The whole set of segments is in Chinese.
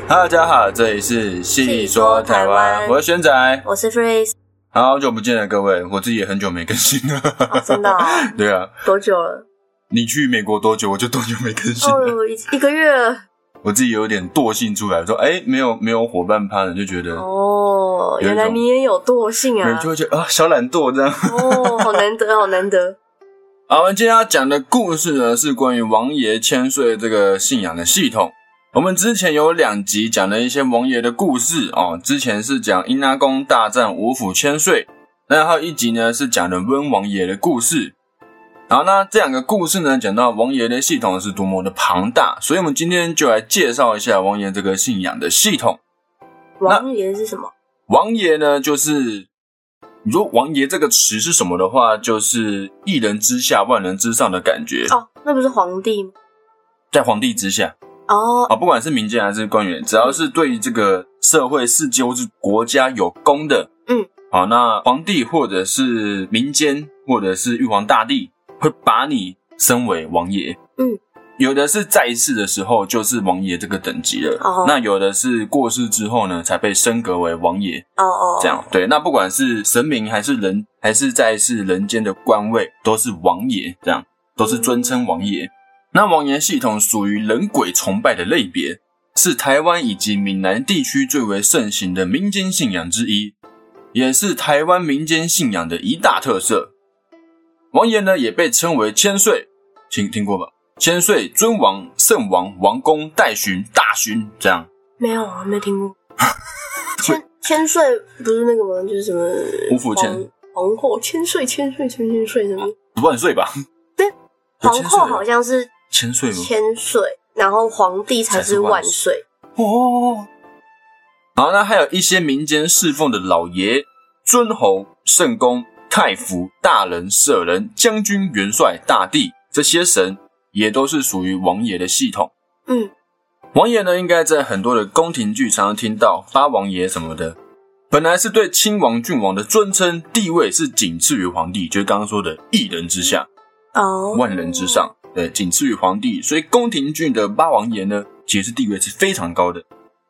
大家好，这里是细说台湾，我是轩仔， 我是 Freeze。 好久不见了各位，我自己也很久没更新了。 哦，真的哦？ 对啊。 多久了？ 你去美国多久，我就多久没更新了。 哦，一个月了。 我自己有点惰性出来，说没有伙伴趴了，就觉得哦，原来你也有惰性啊。 就会觉得小懒惰这样。 哦，好难得，好难得。 好，我们今天要讲的故事呢，是关于王爷千岁这个信仰的系统。我们之前有2集讲了一些王爷的故事哦，之前是讲阴阿公大战五府千岁，那还有一集呢是讲的温王爷的故事。好，那这2个故事呢，讲到王爷的系统是多么的庞大，所以我们今天就来介绍一下王爷这个信仰的系统。 王爷是什么？ 王爷呢，就是你说王爷这个词是什么的话，就是一人之下万人之上的感觉。 哦，那不是皇帝吗？ 在皇帝之下。 哦， 不管是民间还是官员，只要是对这个社会世界或是国家有功的，好，那皇帝或者是民间或者是玉皇大帝会把你升为王爷。有的是在世的时候就是王爷这个等级了，那有的是过世之后呢才被升格为王爷。这样对。那不管是神明还是人，还是在世人间的官位，都是王爷，这样都是尊称王爷。那王爷系统属于人鬼崇拜的类别，是台湾以及闽南地区最为盛行的民间信仰之一，也是台湾民间信仰的一大特色。王爷呢也被称为千岁，听过吧？千岁、尊王、圣王、王公、代巡、大巡，这样。 没有，我没听过。千岁不是那个吗？就是什么五府千皇后千岁什么万岁吧？ 对，皇后好像是千岁吗？ 千岁，然后皇帝才是万岁。 哦。好，那还有一些民间侍奉的老爷、尊侯、圣公、太傅、大人、舍人、将军、元帅、大帝，这些神也都是属于王爷的系统。王爷呢，应该在很多的宫廷剧常常听到八王爷什么的，本来是对亲王、郡王的尊称，地位是仅次于皇帝，就是刚刚说的一人之下，万人之上，对，仅次于皇帝。所以宫廷剧的八王爷呢，其实地位是非常高的。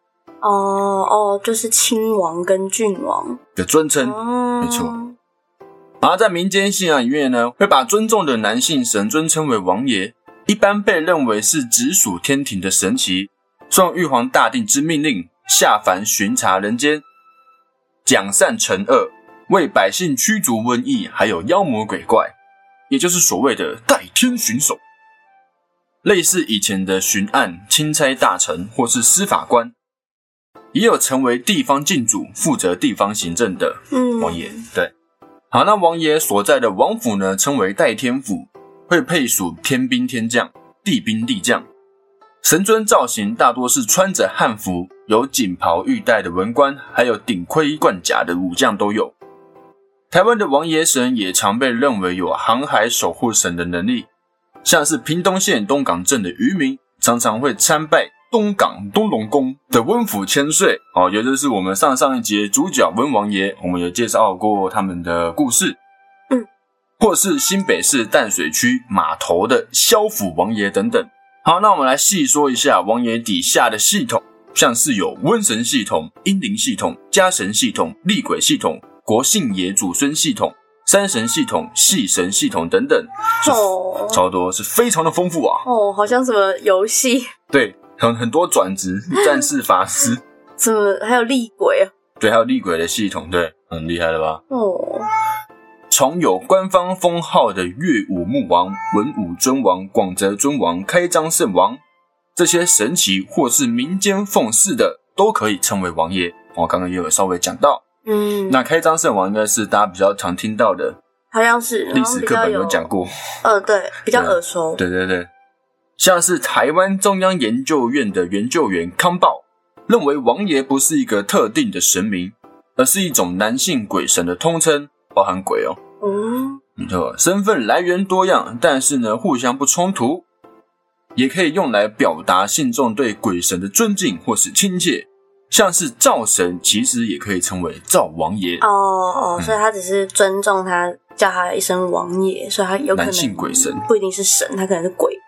就是亲王跟郡王的尊称，没错。然后在民间信仰里面呢，会把尊重的男性神尊称为王爷，一般被认为是直属天庭的神祇，受玉皇大帝之命令下凡巡查人间，讲善惩恶，为百姓驱逐瘟疫，还有妖魔鬼怪，也就是所谓的代天巡守。类似以前的巡按、钦差大臣或是司法官，也有成为地方禁主，负责地方行政的王爷。对，好，那王爷所在的王府呢，称为代天府，会配属天兵天将、地兵地将。神尊造型大多是穿着汉服，有锦袍玉带的文官，还有顶盔贯甲的武将都有。台湾的王爷神也常被认为有航海守护神的能力，像是屏东县东港镇的渔民常常会参拜东港东龙宫的温府千岁，也就是我们上一节主角温王爷，我们有介绍过他们的故事。或是新北市淡水区码头的萧府王爷等等。好，那我们来细说一下王爷底下的系统，像是有瘟神系统、阴灵系统、家神系统、厉鬼系统、国姓爷祖孙系统、山神系统、系神系统等等，超多，是非常的丰富啊。 好像什么游戏。 对，很多转职，战士、法师， 什么还有厉鬼啊？ 对，还有厉鬼的系统，对，很厉害了吧？从有官方封号的岳武穆王、文武尊王、广泽尊王、开张圣王，这些神祇或是民间奉祀的，都可以称为王爷。我刚刚也有稍微讲到。那开张圣王应该是大家比较常听到的， 好像是历史课本有讲过。 对，比较耳熟。 对，像是台湾中央研究院的研究员康报认为，王爷不是一个特定的神明，而是一种男性鬼神的通称，包含鬼哦。没错，身份来源多样，但是呢互相不冲突，也可以用来表达信众对鬼神的尊敬或是亲切。像是灶神其实也可以称为灶王爷。 所以他只是尊重他，叫他一声王爷，所以他有可能男性鬼神， 不一定是神，他可能是鬼。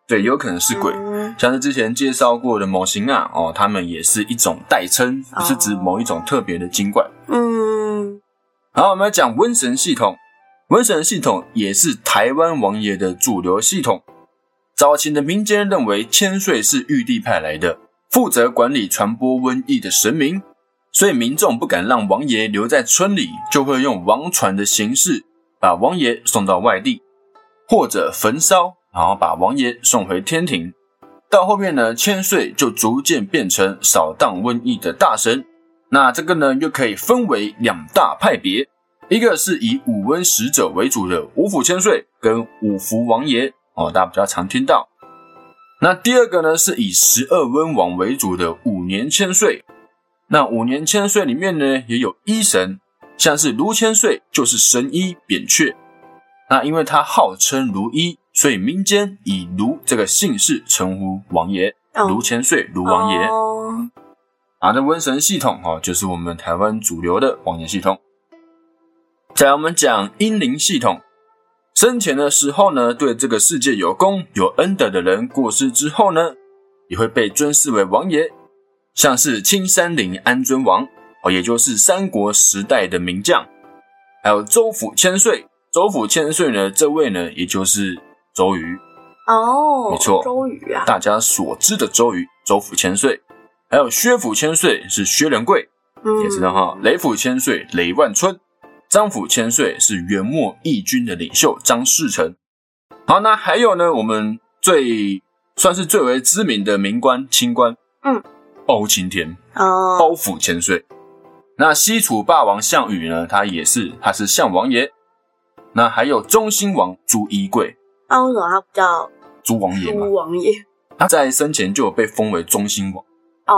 对，有可能是鬼，像是之前介绍过的某型啊，他们也是一种代称，不是指某一种特别的精怪。好，我们来讲瘟神系统。瘟神系统也是台湾王爷的主流系统。早期的民间认为千岁是玉帝派来的，负责管理传播瘟疫的神明，所以民众不敢让王爷留在村里，就会用王传的形式把王爷送到外地，或者焚烧，然后把王爷送回天庭。到后面呢，千岁就逐渐变成扫荡瘟疫的大神。那这个呢，又可以分为两大派别，一个是以五瘟使者为主的五府千岁跟五福王爷，大家比较常听到。那第二个呢，是以12瘟王为主的五年千岁。那五年千岁里面呢，也有医神，像是卢千岁就是神医扁鹊。那因为他号称卢医，所以民间以卢这个姓氏称呼王爷，卢千岁、卢王爷。这瘟神系统就是我们台湾主流的王爷系统。再来我们讲阴灵系统。生前的时候呢，对这个世界有功有恩德的人过世之后呢，也会被尊视为王爷，像是青山陵安尊王，也就是三国时代的名将。还有周府千岁，周府千岁呢，这位呢，也就是周瑜。没错， 周瑜啊， 大家所知的周瑜，周府千岁。还有薛府千岁是薛仁贵，也知道哈。雷府千岁雷万春，张府千岁是元末义军的领袖张士诚。好，那还有呢，我们算是最为知名的名官清官，包青天，包府千岁。那西楚霸王项羽呢，他是项王爷。那还有中兴王朱一贵， 为什么他不叫朱王爷嘛？ 朱王爷， 他在生前就有被封为中兴王。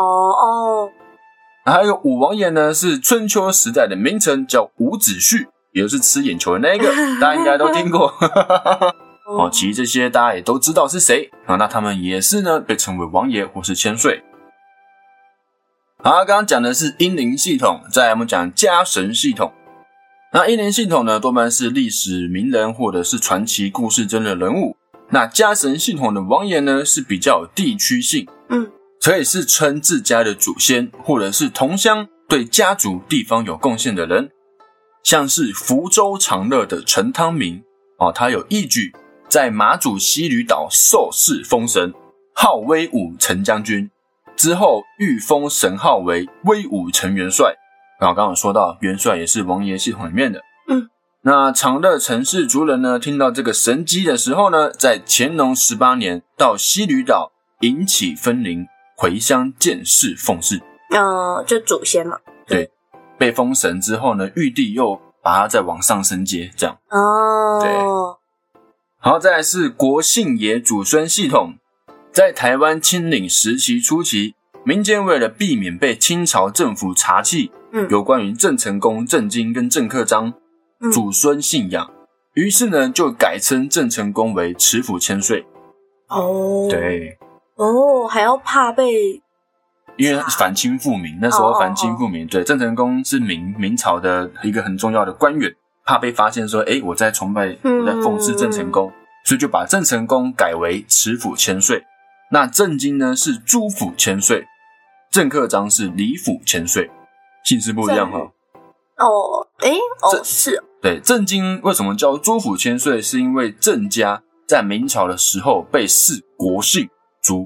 还有武王爷呢，是春秋时代的名臣，叫伍子胥，也就是吃眼球的那一个，大家应该都听过。其实这些大家也都知道是谁那他们也是呢被称为王爷或是千岁。好，刚刚讲的是阴灵系统，再来我们讲家神系统。那阴灵系统呢，多半是历史名人或者是传奇故事中的人物。那家神系统的王爷呢，是比较有地区性，可以是称自家的祖先，或者是同乡对家族地方有贡献的人。像是福州长乐的陈汤明他有义举在马祖西吕岛受祀封神，号威武陈将军，之后御封神号为威武陈元帅。刚刚有说到元帅也是王爷系统里面的。那长乐陈氏族人呢，听到这个神迹的时候呢，在乾隆18年到西吕岛引起分灵，回乡见世奉祀。 就祖先嘛。 对，被封神之后呢，玉帝又把他再往上升阶，这样。对。好，再来是国姓爷祖孙系统。在台湾清领时期初期，民间为了避免被清朝政府查缉有关于郑成功、郑经跟郑克章祖孙信仰，于是呢就改称郑成功为池府千岁。对。 还要怕被， 因为反清复明，那时候反清复明，对，郑成功是明朝的一个很重要的官员，怕被发现说，我在崇拜，我在讽刺郑成功，所以就把郑成功改为池府千岁。那郑经呢是朱府千岁，郑克章是李府千岁，姓氏不一样哈。 是。 对，郑经为什么叫朱府千岁？是因为郑家在明朝的时候被视国姓朱。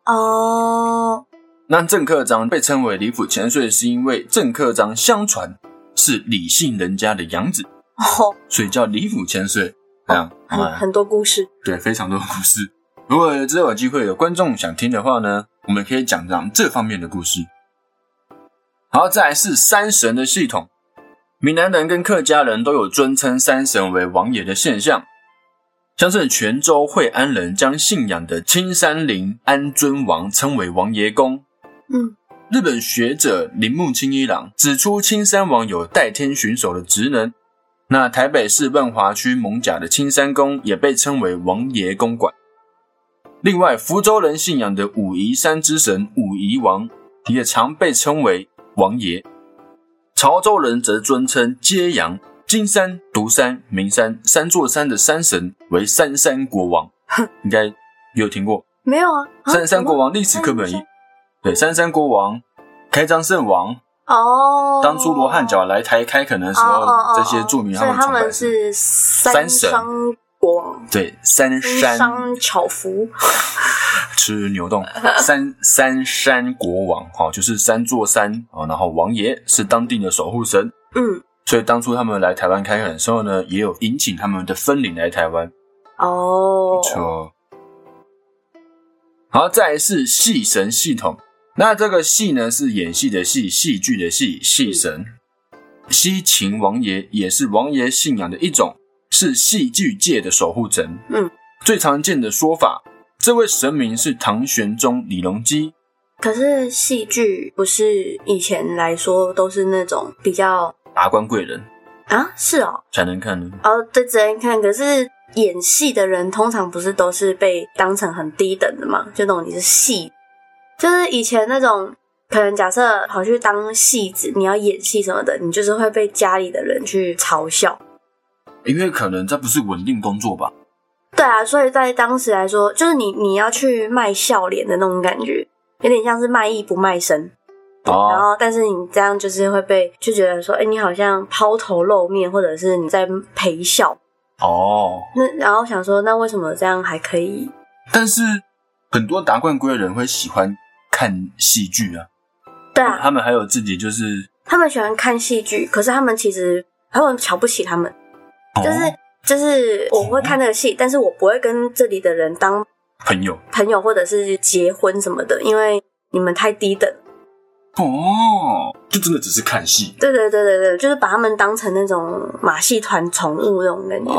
那郑克章被称为李府千岁，是因为郑克章相传是李姓人家的养子，所以叫李府千岁。这样很多故事。 对，非常多故事。如果之后有机会有观众想听的话呢，我们可以讲这方面的故事。好，再来是山神的系统。闽南人跟客家人都有尊称山神为王爷的现象，像是泉州惠安人将信仰的青山陵安尊王称为王爷公。日本学者铃木清一郎指出青山王有代天巡守的职能。那台北市万华区艋舺的青山宫也被称为王爷公馆。另外，福州人信仰的武夷山之神武夷王也常被称为王爷。潮州人则尊称揭阳、金山、独山、名山三座山的山神为三山国王。应该你有听过？ 没有啊。 三山国王历史课本一，对，三山国王、开漳圣王。 哦， 当初罗汉脚来台开垦的时候，这些著名所以他们是三山国王， 对，三山巧福吃牛冻，三山国王，就是三座山，然后王爷是当地的守护神，所以当初他们来台湾开垦的时候呢，也有迎请他们的分灵来台湾。 哦， 没错。好，再来是戏神系统。那这个戏呢，是演戏的戏，戏剧的戏，戏神。西秦王爷也是王爷信仰的一种，是戏剧界的守护神。最常见的说法，这位神明是唐玄宗李隆基。 可是戏剧不是以前来说都是那种比较达官贵人啊？是哦， 才能看呢。 对，只能看。可是演戏的人通常不是都是被当成很低等的嘛？就那种你是戏。就是以前那种可能假设跑去当戏子，你要演戏什么的，你就是会被家里的人去嘲笑， 因为可能这不是稳定工作吧。 对啊，所以在当时来说，就是你要去卖笑脸的那种感觉，有点像是卖艺不卖身。然后但是你这样就是会被就觉得说你好像抛头露面，或者是你在陪笑。那然后想说那为什么这样还可以？ 但是很多达官贵人会喜欢看戏剧啊。 对啊， 他们还有自己就是他们喜欢看戏剧，可是他们其实瞧不起他们。就是我会看那个戏，但是我不会跟这里的人当朋友或者是结婚什么的，因为你们太低等。 就真的只是看戏。 对，就是把他们当成那种马戏团宠物那种感觉。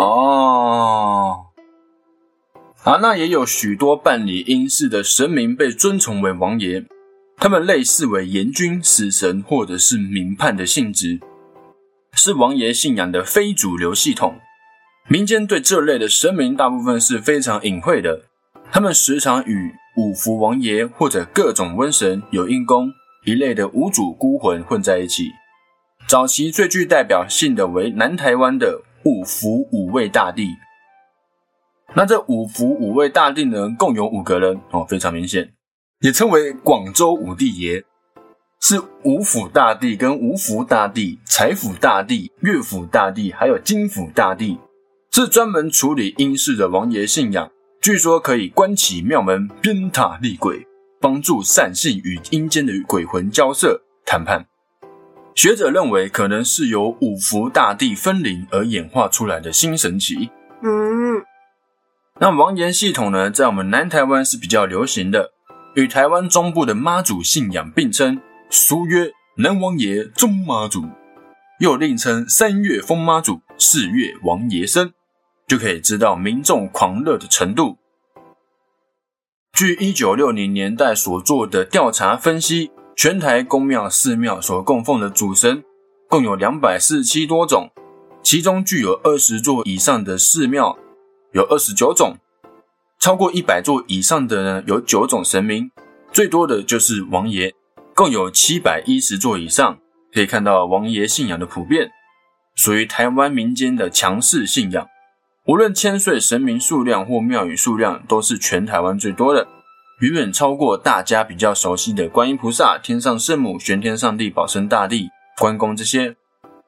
那也有许多办理阴事的神明被尊崇为王爷，他们类似为阎君、死神或者是民判的性质，是王爷信仰的非主流系统。民间对这类的神明大部分是非常隐晦的，他们时常与五福王爷或者各种瘟神、有应公一类的无主孤魂混在一起。早期最具代表性的为南台湾的五福五位大帝。那这五福五位大帝呢，共有5个人非常明显，也称为广州五帝爷，是五府大帝跟五福大帝、财府大帝、乐府大帝还有金府大帝，是专门处理阴事的王爷信仰，据说可以关起庙门，鞭挞厉鬼，帮助善信与阴间的鬼魂交涉谈判。学者认为可能是由五福大帝分灵而演化出来的新神奇。那王爷系统呢，在我们南台湾是比较流行的，与台湾中部的妈祖信仰并称，俗曰南王爷、中妈祖，又另称3月疯妈祖、4月王爷生，就可以知道民众狂热的程度。据1960年代所做的调查分析，全台公庙寺庙所供奉的主神共有247多种，其中具有20座以上的寺庙有29种，超过100座以上的呢有9种神明，最多的就是王爷，共有710座以上，可以看到王爷信仰的普遍，属于台湾民间的强势信仰。无论千岁神明数量或庙宇数量，都是全台湾最多的，远远超过大家比较熟悉的观音菩萨、天上圣母、玄天上帝、保生大帝、关公这些。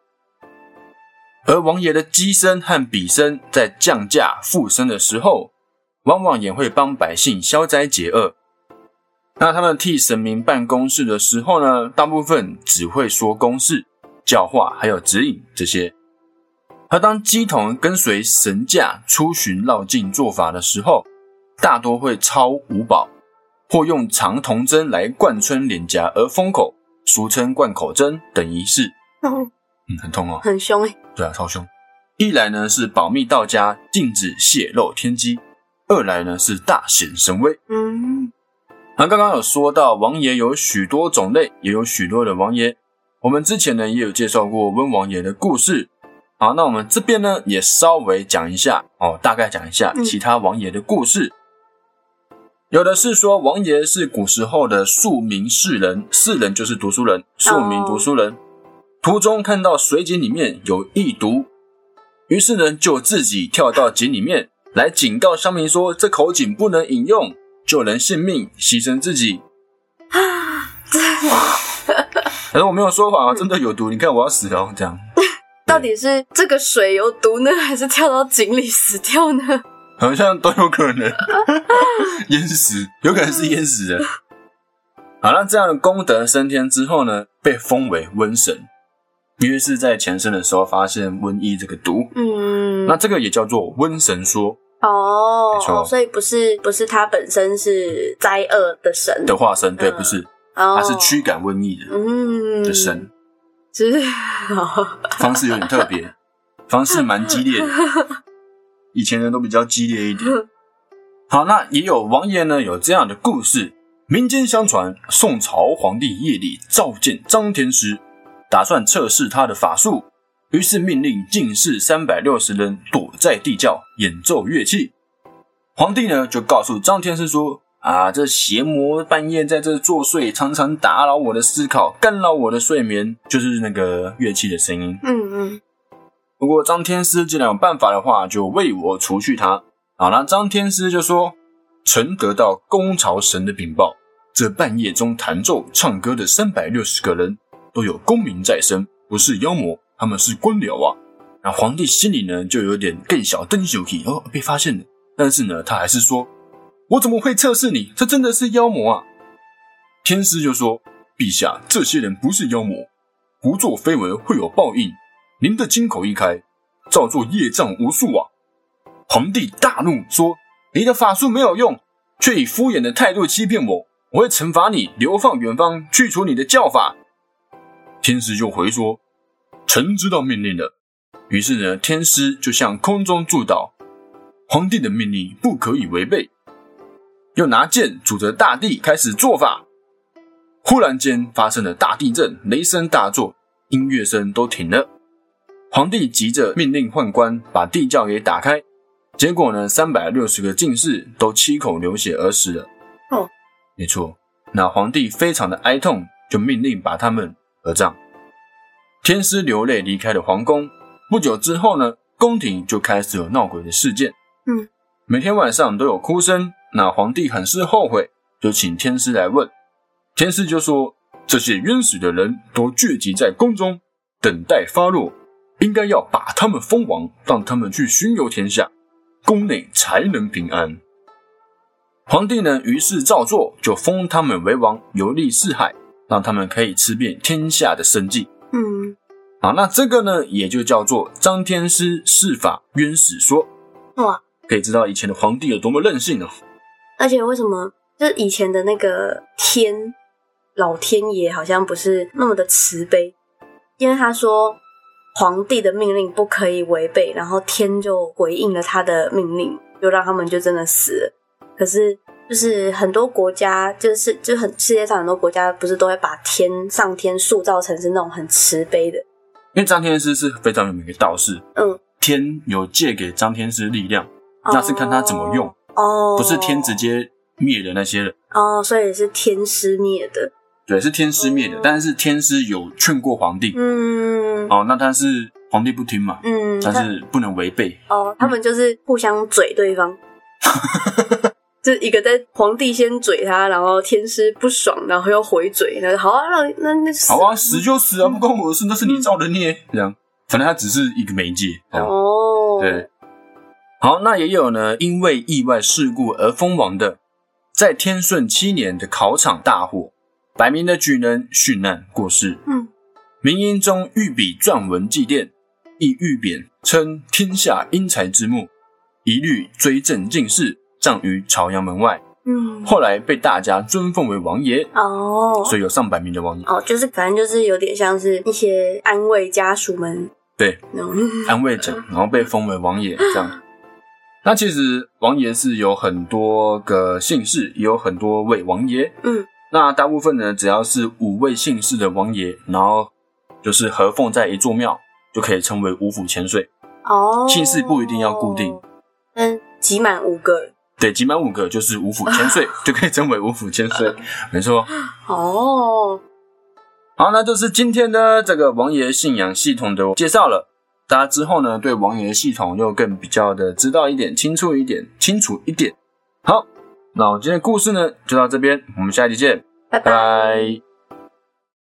而王爷的乩身和比身在降价复生的时候，往往也会帮百姓消灾解厄。那他们替神明办公事的时候呢，大部分只会说公事、教化还有指引这些。而当乩童跟随神驾出巡绕境做法的时候，大多会操五宝，或用长铜针来贯穿脸颊而封口，俗称灌口针等仪式。很痛哦， 很凶对啊，超凶。一来呢是保密到家，禁止泄露天机；二来呢是大显神威。那刚刚有说到王爷有许多种类，也有许多的王爷。我们之前呢也有介绍过温王爷的故事。好，那我们这边呢也稍微讲一下大概讲一下其他王爷的故事。有的是说王爷是古时候的庶民士人，士人就是读书人，庶民读书人。途中看到水井里面有异毒，于是呢就自己跳到井里面， 来警告乡民说这口井不能饮用，救人性命，牺牲自己。可是我没有说谎啊，真的有毒，你看我要死了这样。 到底是这个水有毒呢，还是跳到井里死掉呢？ 好像都有可能。淹死，有可能是淹死的。好，那这样的功德升天之后呢，被封为瘟神，因为是在前生的时候发现瘟疫这个毒。那这个也叫做瘟神说。没错， 所以不是他本身是灾厄的神的化身，对，不是，他是驱赶瘟疫的神。 是方式有点特别，方式蛮激烈的，以前人都比较激烈一点。好，那也有王爷呢有这样的故事，民间相传宋朝皇帝夜里召见张天师，打算测试他的法术，于是命令进士360人躲在地窖演奏乐器。皇帝呢就告诉张天师说，这邪魔半夜在这作祟，常常打扰我的思考，干扰我的睡眠，就是那个乐器的声音。如果张天师既然有办法的话，就为我除去他。好，那张天师就说，臣得到公朝神的禀报，这半夜中弹奏唱歌的360个人都有功名在身，不是妖魔，他们是官僚啊。那皇帝心里呢就有点更小灯羞气，被发现了，但是呢他还是说，我怎么会测试你？这真的是妖魔啊！天师就说，陛下，这些人不是妖魔，胡作非为会有报应，您的金口一开，照作业障无数啊！皇帝大怒说，你的法术没有用，却以敷衍的态度欺骗我，我会惩罚你，流放远方，去除你的教法。天师就回说，臣知道命令了。于是呢，天师就向空中祝祷，皇帝的命令不可以违背。又拿剑拄着大地开始做法，忽然间发生了大地震，雷声大作，音乐声都停了。皇帝急着命令宦官把地窖给打开，结果呢，360个进士都7口流血而死了。没错，那皇帝非常的哀痛，就命令把他们合葬。天师流泪离开了皇宫，不久之后呢，宫廷就开始有闹鬼的事件。每天晚上都有哭声，那皇帝很是后悔，就请天师来问。天师就说，这些冤死的人都聚集在宫中，等待发落，应该要把他们封王，让他们去巡游天下，宫内才能平安。皇帝呢，于是照做，就封他们为王，游历四海，让他们可以吃遍天下的生计。好，那这个呢，也就叫做张天师释法冤死说。 哇， 可以知道以前的皇帝有多么任性哦。 而且为什么就是以前的那个老天爷好像不是那么的慈悲，因为他说皇帝的命令不可以违背，然后天就回应了他的命令，就让他们就真的死了。可是就是很多国家，就世界上很多国家不是都会把上天塑造成是那种很慈悲的。 因为张天师是非常有名的道士，天有借给张天师力量，那是看他怎么用，不是天直接灭了那些人。 所以是天师灭的。 对，是天师灭的，但是天师有劝过皇帝。那但是皇帝不听嘛，但是不能违背。 他们就是互相嘴对方。就一个在皇帝先嘴他，然后天师不爽，然后又回嘴，然后好啊，那死好啊，死就死啊，不关我的事，那是你造的孽，这样，反正他只是一个媒介，这样。对。好，那也有呢，因为意外事故而封王的，在天顺7年的考场大火，百名的举人殉难过世。民音中御笔撰文祭奠，亦御匾称天下英才之墓，一律追赠进士，葬于朝阳门外。后来被大家尊奉为王爷。所以有上百名的王爷。 就是反正就是有点像是一些安慰家属们。 对，安慰者，然后被封为王爷这样。那其实王爷是有很多个姓氏，也有很多位王爷。那大部分呢，只要是5位姓氏的王爷，然后就是合奉在一座庙，就可以称为五府千岁。姓氏不一定要固定， 集满5个。 对，集满5个就是五府千岁，就可以称为五府千岁，没错。好，那就是今天的这个王爷信仰系统的介绍了。 大家之后呢对王爷的系统又更比较的知道一点，清楚一点。好，那我今天的故事呢就到这边，我们下期见， 拜拜。